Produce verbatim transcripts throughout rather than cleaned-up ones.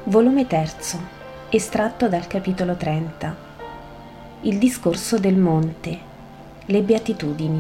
Volume terzo, estratto dal capitolo trenta. Il discorso del monte, le beatitudini.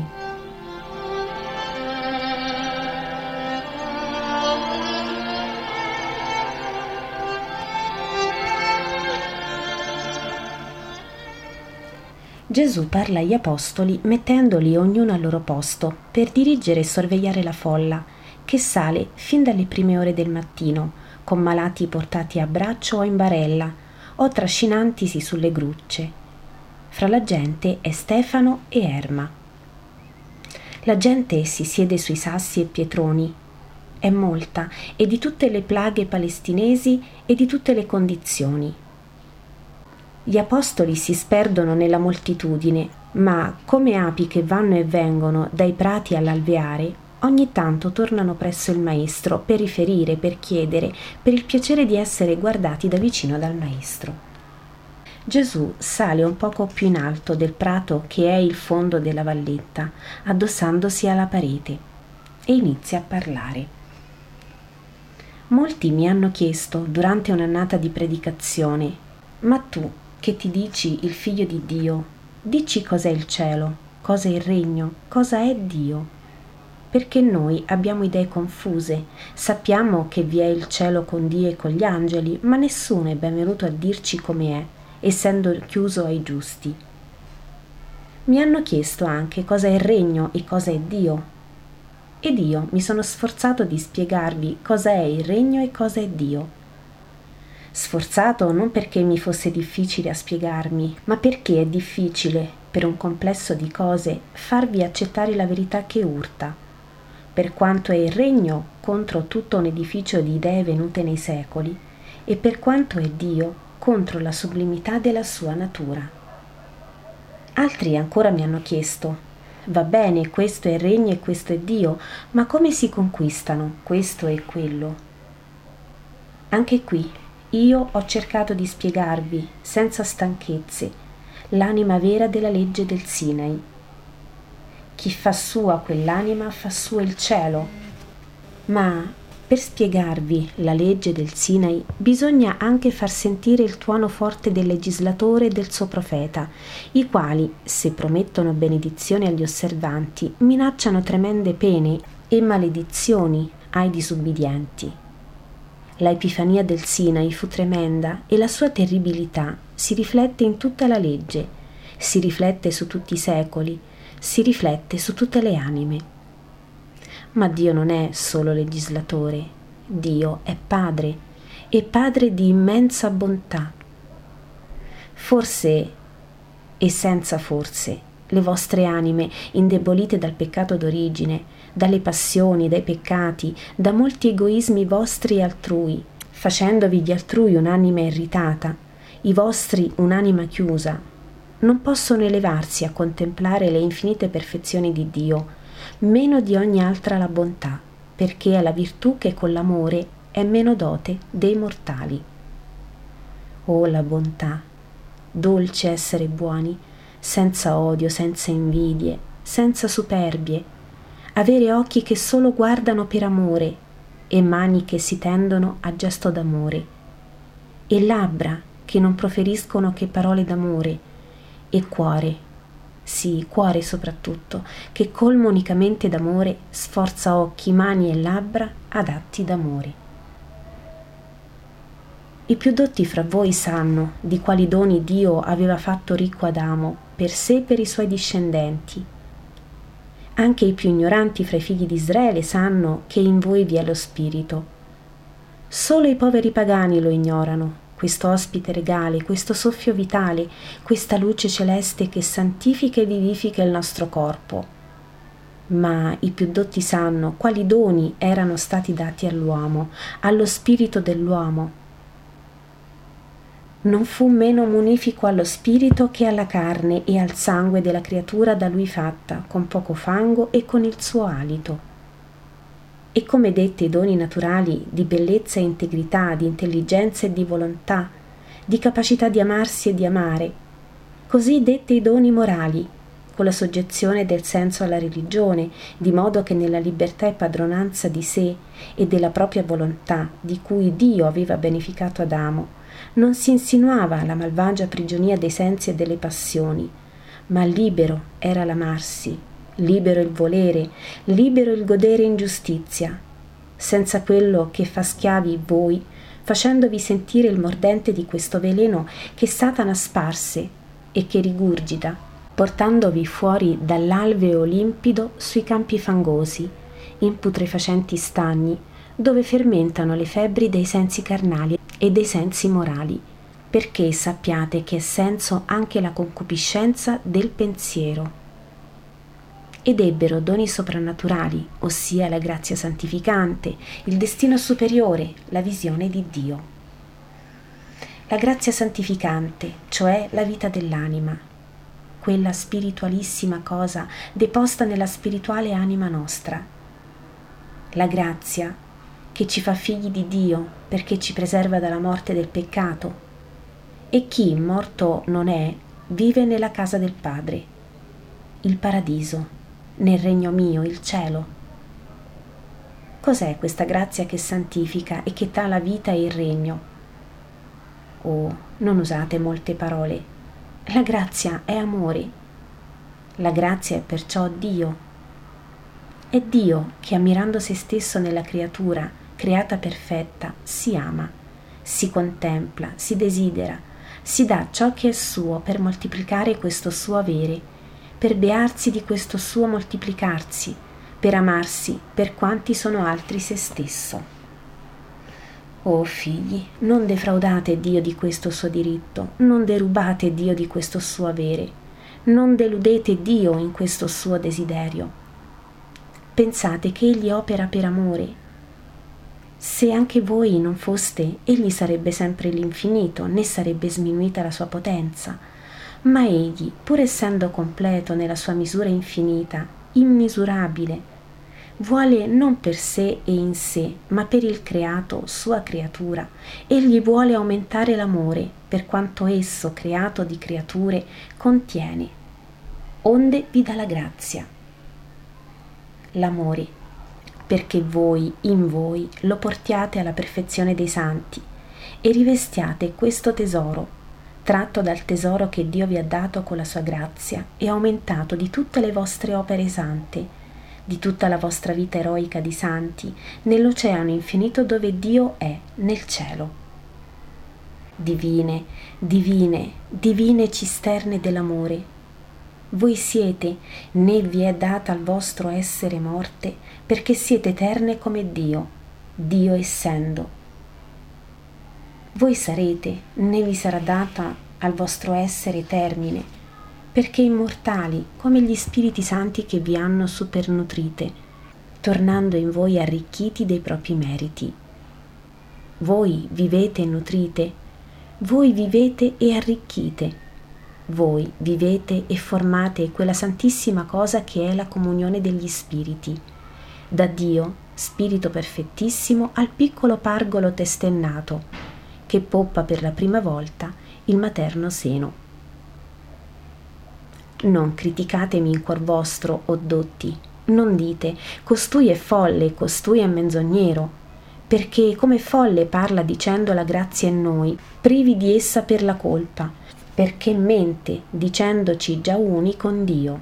Gesù parla agli apostoli mettendoli ognuno al loro posto per dirigere e sorvegliare la folla che sale fin dalle prime ore del mattino, con malati portati a braccio o in barella o trascinantisi sulle grucce. Fra la gente è Stefano e Erma. La gente si siede sui sassi e pietroni. È molta, e di tutte le plaghe palestinesi e di tutte le condizioni. Gli apostoli si sperdono nella moltitudine, ma come api che vanno e vengono dai prati all'alveare, ogni tanto tornano presso il maestro per riferire, per chiedere, per il piacere di essere guardati da vicino dal maestro. Gesù sale un poco più in alto del prato che è il fondo della valletta, addossandosi alla parete, e inizia a parlare. Molti mi hanno chiesto durante un'annata di predicazione: ma tu, che ti dici il figlio di Dio, dici cos'è il cielo, cos'è il regno, cosa è Dio? Perché noi abbiamo idee confuse, sappiamo che vi è il cielo con Dio e con gli angeli, ma nessuno è ben venuto a dirci come è, essendo chiuso ai giusti. Mi hanno chiesto anche cosa è il regno e cosa è Dio. Ed io mi sono sforzato di spiegarvi cosa è il regno e cosa è Dio. Sforzato non perché mi fosse difficile a spiegarmi, ma perché è difficile, per un complesso di cose, farvi accettare la verità che urta. Per quanto è il regno contro tutto un edificio di idee venute nei secoli, e per quanto è Dio contro la sublimità della sua natura. Altri ancora mi hanno chiesto: va bene, questo è il regno e questo è Dio, ma come si conquistano questo e quello? Anche qui io ho cercato di spiegarvi, senza stanchezze, l'anima vera della legge del Sinai. Chi fa sua quell'anima fa suo il cielo. Ma per spiegarvi la legge del Sinai bisogna anche far sentire il tuono forte del legislatore e del suo profeta, i quali, se promettono benedizioni agli osservanti, minacciano tremende pene e maledizioni ai disubbidienti. La epifania del Sinai fu tremenda e la sua terribilità si riflette in tutta la legge, si riflette su tutti i secoli, si riflette su tutte le anime. Ma Dio non è solo legislatore, Dio è Padre, e Padre di immensa bontà. Forse, e senza forse, le vostre anime, indebolite dal peccato d'origine, dalle passioni, dai peccati, da molti egoismi vostri e altrui, facendovi di altrui un'anima irritata, i vostri un'anima chiusa, non possono elevarsi a contemplare le infinite perfezioni di Dio, meno di ogni altra la bontà, perché è la virtù che con l'amore è meno dote dei mortali. Oh, la bontà, dolce essere buoni, senza odio, senza invidie, senza superbie, avere occhi che solo guardano per amore e mani che si tendono a gesto d'amore, e labbra che non proferiscono che parole d'amore, e cuore, sì, cuore soprattutto, che colmo unicamente d'amore sforza occhi, mani e labbra adatti d'amore. I più dotti fra voi sanno di quali doni Dio aveva fatto ricco Adamo per sé e per i suoi discendenti. Anche i più ignoranti fra i figli di Israele sanno che in voi vi è lo Spirito. Solo i poveri pagani lo ignorano, questo ospite regale, questo soffio vitale, questa luce celeste che santifica e vivifica il nostro corpo. Ma i più dotti sanno quali doni erano stati dati all'uomo, allo spirito dell'uomo. Non fu meno munifico allo spirito che alla carne e al sangue della creatura da lui fatta, con poco fango e con il suo alito. E come dette i doni naturali di bellezza e integrità, di intelligenza e di volontà, di capacità di amarsi e di amare, così dette i doni morali, con la soggezione del senso alla religione, di modo che nella libertà e padronanza di sé e della propria volontà, di cui Dio aveva beneficato Adamo, non si insinuava la malvagia prigionia dei sensi e delle passioni, ma libero era l'amarsi, libero il volere, libero il godere in giustizia, senza quello che fa schiavi voi, facendovi sentire il mordente di questo veleno che Satana sparse e che rigurgita, portandovi fuori dall'alveo limpido sui campi fangosi, in putrefacenti stagni, dove fermentano le febbri dei sensi carnali e dei sensi morali, perché sappiate che è senso anche la concupiscenza del pensiero. Ed ebbero doni soprannaturali, ossia la grazia santificante, il destino superiore, la visione di Dio. La grazia santificante, cioè la vita dell'anima, quella spiritualissima cosa deposta nella spirituale anima nostra. La grazia che ci fa figli di Dio perché ci preserva dalla morte del peccato. E chi morto non è, vive nella casa del Padre, il paradiso, nel regno mio, il cielo. Cos'è questa grazia che santifica e che dà la vita e il regno? Oh, non usate molte parole. La grazia è amore. La grazia è perciò Dio. È Dio che, ammirando se stesso nella creatura, creata perfetta, si ama, si contempla, si desidera, si dà ciò che è suo per moltiplicare questo suo avere, per bearsi di questo suo moltiplicarsi, per amarsi per quanti sono altri se stesso. Oh figli, non defraudate Dio di questo suo diritto, non derubate Dio di questo suo avere, non deludete Dio in questo suo desiderio. Pensate che Egli opera per amore. Se anche voi non foste, Egli sarebbe sempre l'infinito, né sarebbe sminuita la sua potenza. Ma Egli, pur essendo completo nella sua misura infinita, immisurabile, vuole non per sé e in sé, ma per il creato, sua creatura. Egli vuole aumentare l'amore, per quanto esso, creato di creature, contiene. Onde vi dà la grazia. L'amore, perché voi, in voi, lo portiate alla perfezione dei santi e rivestiate questo tesoro, tratto dal tesoro che Dio vi ha dato con la sua grazia e aumentato di tutte le vostre opere sante, di tutta la vostra vita eroica di santi, nell'oceano infinito dove Dio è, nel cielo. Divine, divine, divine cisterne dell'amore, voi siete, né vi è data al vostro essere morte, perché siete eterne come Dio, Dio essendo. Voi sarete, né vi sarà data al vostro essere termine, perché immortali come gli spiriti santi che vi hanno supernutrite, tornando in voi arricchiti dei propri meriti. Voi vivete e nutrite, voi vivete e arricchite, voi vivete e formate quella santissima cosa che è la comunione degli spiriti, da Dio, Spirito perfettissimo, al piccolo pargolo testennato, che poppa per la prima volta il materno seno. Non criticatemi in cuor vostro, o dotti, non dite, costui è folle, costui è menzognero, perché come folle parla dicendo la grazia in noi, privi di essa per la colpa, perché mente dicendoci già uni con Dio.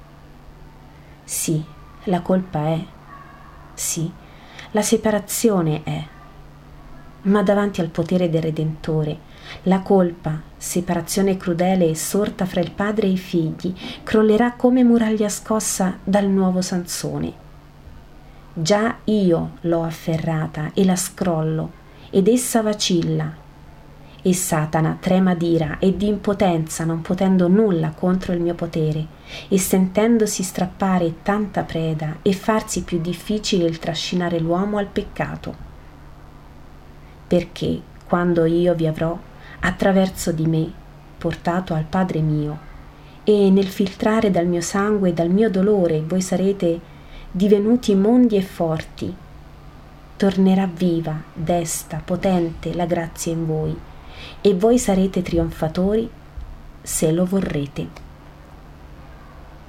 Sì, la colpa è, sì, la separazione è, ma davanti al potere del Redentore, la colpa, separazione crudele e sorta fra il padre e i figli, crollerà come muraglia scossa dal nuovo Sansone. Già io l'ho afferrata e la scrollo, ed essa vacilla, e Satana trema d'ira e di impotenza, non potendo nulla contro il mio potere, e sentendosi strappare tanta preda e farsi più difficile il trascinare l'uomo al peccato. Perché quando io vi avrò, attraverso di me, portato al Padre mio, e nel filtrare dal mio sangue e dal mio dolore voi sarete divenuti mondi e forti, tornerà viva, desta, potente la grazia in voi, e voi sarete trionfatori se lo vorrete.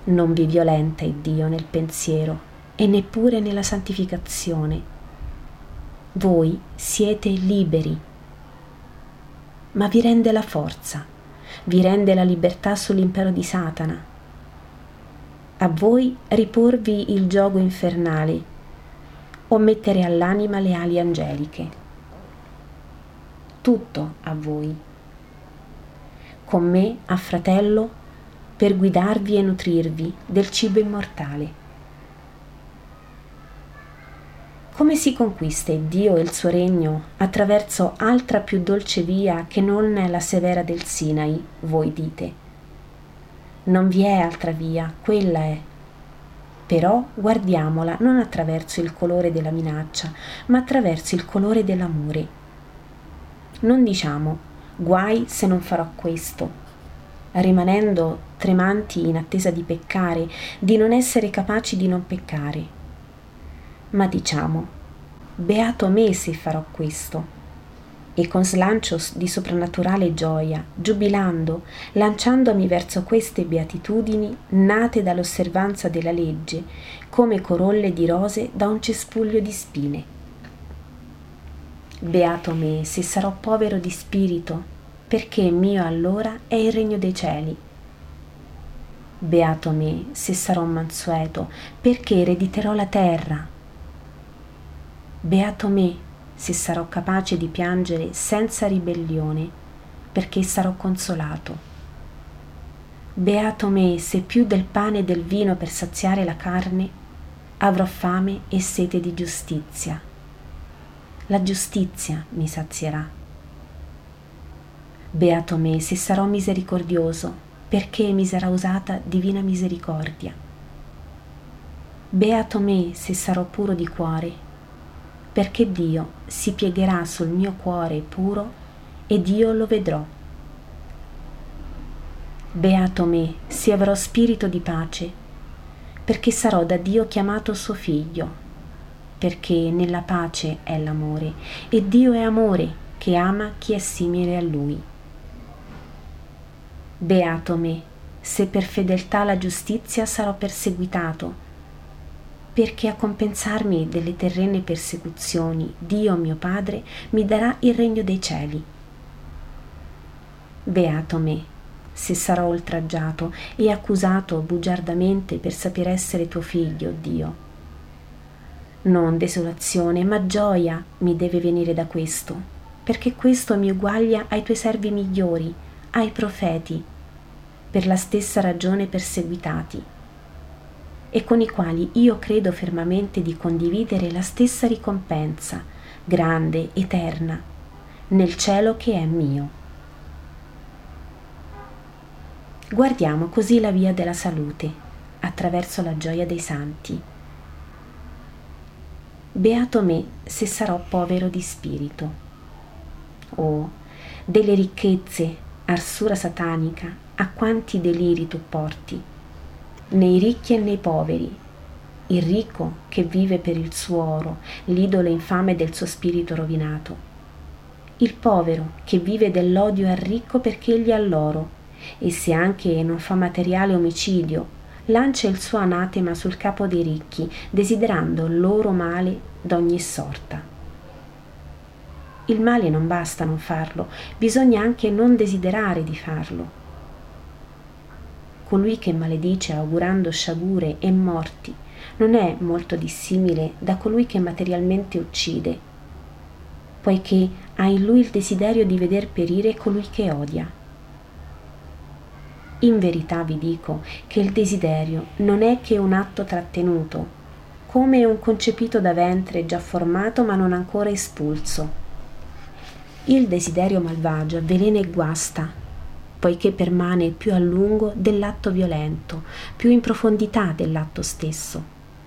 Non vi violenta il Dio nel pensiero e neppure nella santificazione. Voi siete liberi, ma vi rende la forza, vi rende la libertà sull'impero di Satana. A voi riporvi il giogo infernale o mettere all'anima le ali angeliche. Tutto a voi. Con me, a fratello, per guidarvi e nutrirvi del cibo immortale. Come si conquista il Dio e il suo regno attraverso altra più dolce via che non la severa del Sinai, voi dite? Non vi è altra via, quella è. Però guardiamola non attraverso il colore della minaccia, ma attraverso il colore dell'amore. Non diciamo, guai se non farò questo, rimanendo tremanti in attesa di peccare, di non essere capaci di non peccare. Ma diciamo, beato me se farò questo, e con slancio di soprannaturale gioia, giubilando, lanciandomi verso queste beatitudini nate dall'osservanza della legge, come corolle di rose da un cespuglio di spine. Beato me se sarò povero di spirito, perché mio allora è il regno dei cieli. Beato me se sarò mansueto, perché erediterò la terra. Beato me se sarò capace di piangere senza ribellione, perché sarò consolato. Beato me se più del pane e del vino per saziare la carne avrò fame e sete di giustizia. La giustizia mi sazierà. Beato me se sarò misericordioso, perché mi sarà usata divina misericordia. Beato me se sarò puro di cuore, perché Dio si piegherà sul mio cuore puro ed io lo vedrò. Beato me se avrò spirito di pace, perché sarò da Dio chiamato suo figlio, perché nella pace è l'amore, e Dio è amore che ama chi è simile a Lui. Beato me se per fedeltà alla giustizia sarò perseguitato, perché a compensarmi delle terrene persecuzioni Dio mio Padre mi darà il regno dei cieli. Beato me se sarò oltraggiato e accusato bugiardamente per saper essere tuo figlio, Dio. Non desolazione, ma gioia mi deve venire da questo, perché questo mi uguaglia ai tuoi servi migliori, ai profeti, per la stessa ragione perseguitati, e con i quali io credo fermamente di condividere la stessa ricompensa, grande, eterna, nel cielo che è mio. Guardiamo così la via della salute, attraverso la gioia dei santi. Beato me se sarò povero di spirito. Oh, delle ricchezze, arsura satanica, a quanti deliri tu porti, nei ricchi e nei poveri, il ricco che vive per il suo oro, l'idolo infame del suo spirito rovinato, il povero che vive dell'odio al ricco perché egli ha l'oro, e se anche non fa materiale omicidio, lancia il suo anatema sul capo dei ricchi, desiderando loro male d'ogni sorta. Il male non basta non farlo, bisogna anche non desiderare di farlo. Colui che maledice augurando sciagure e morti non è molto dissimile da colui che materialmente uccide, poiché ha in lui il desiderio di veder perire colui che odia. In verità vi dico che il desiderio non è che un atto trattenuto, come un concepito da ventre già formato ma non ancora espulso. Il desiderio malvagio avvelena e guasta, poiché permane più a lungo dell'atto violento, più in profondità dell'atto stesso.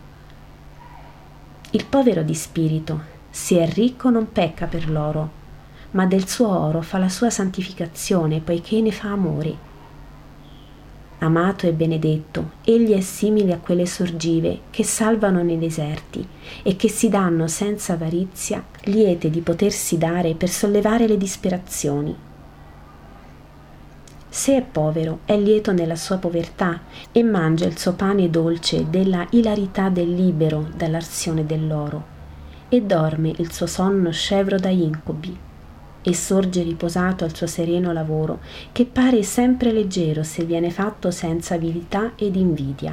Il povero di spirito, se è ricco, non pecca per l'oro, ma del suo oro fa la sua santificazione, poiché ne fa amore. Amato e benedetto, egli è simile a quelle sorgive che salvano nei deserti e che si danno senza avarizia, liete di potersi dare per sollevare le disperazioni. Se è povero, è lieto nella sua povertà e mangia il suo pane dolce della ilarità del libero dall'arsione dell'oro, e dorme il suo sonno scevro da incubi, e sorge riposato al suo sereno lavoro, che pare sempre leggero se viene fatto senza avidità ed invidia.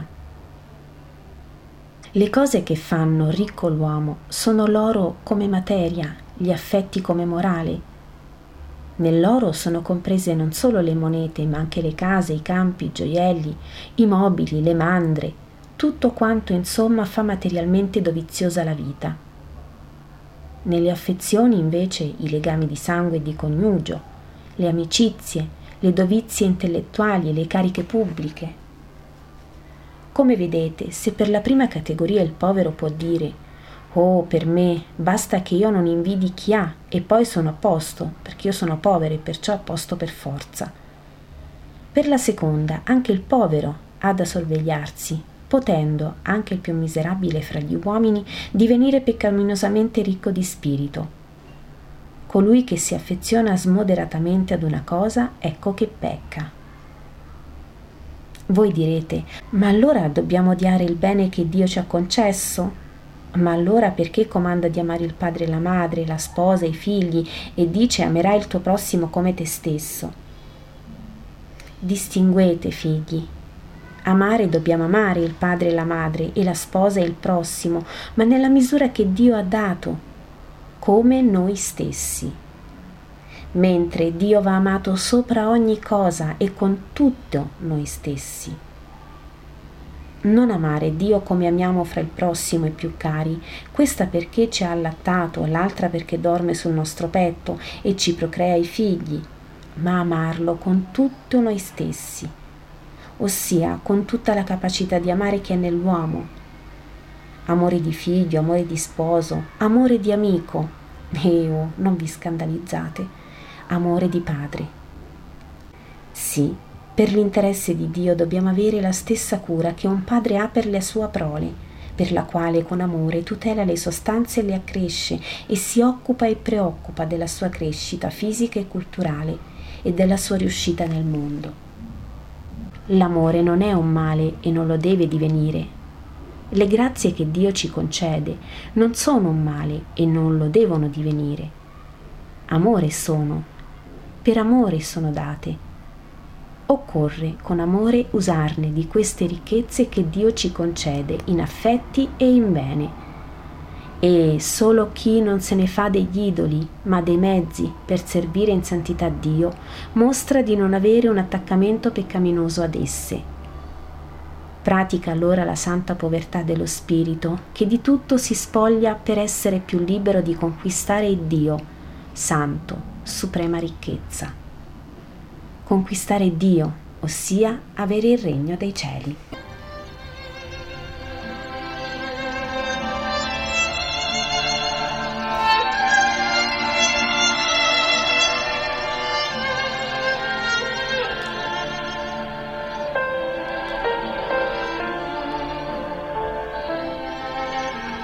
Le cose che fanno ricco l'uomo sono l'oro come materia, gli affetti come morale. Nell'oro sono comprese non solo le monete, ma anche le case, i campi, i gioielli, i mobili, le mandre, tutto quanto insomma fa materialmente doviziosa la vita. Nelle affezioni invece i legami di sangue e di coniugio, le amicizie, le dovizie intellettuali e le cariche pubbliche. Come vedete, se per la prima categoria il povero può dire «Oh, per me, basta che io non invidi chi ha e poi sono a posto, perché io sono povero e perciò a posto per forza». Per la seconda, anche il povero ha da sorvegliarsi, potendo, anche il più miserabile fra gli uomini, divenire peccaminosamente ricco di spirito. Colui che si affeziona smoderatamente ad una cosa, ecco che pecca. Voi direte, ma allora dobbiamo odiare il bene che Dio ci ha concesso? Ma allora perché comanda di amare il padre e la madre, la sposa, i figli e dice amerai il tuo prossimo come te stesso? Distinguete, figli. Amare dobbiamo amare il padre e la madre e la sposa e il prossimo, ma nella misura che Dio ha dato, come noi stessi. Mentre Dio va amato sopra ogni cosa e con tutto noi stessi. Non amare Dio come amiamo fra il prossimo e più cari, questa perché ci ha allattato, l'altra perché dorme sul nostro petto e ci procrea i figli, ma amarlo con tutto noi stessi, ossia con tutta la capacità di amare che è nell'uomo. Amore di figlio, amore di sposo, amore di amico, e oh, non vi scandalizzate, amore di padre. Sì, per l'interesse di Dio dobbiamo avere la stessa cura che un padre ha per la sua prole, per la quale con amore tutela le sostanze e le accresce e si occupa e preoccupa della sua crescita fisica e culturale e della sua riuscita nel mondo. L'amore non è un male e non lo deve divenire. Le grazie che Dio ci concede non sono un male e non lo devono divenire. Amore sono. Per amore sono date. Occorre con amore usarne di queste ricchezze che Dio ci concede in affetti e in bene. E solo chi non se ne fa degli idoli, ma dei mezzi per servire in santità Dio, mostra di non avere un attaccamento peccaminoso ad esse. Pratica allora la santa povertà dello spirito, che di tutto si spoglia per essere più libero di conquistare Dio, santo, suprema ricchezza. Conquistare Dio, ossia avere il regno dei cieli.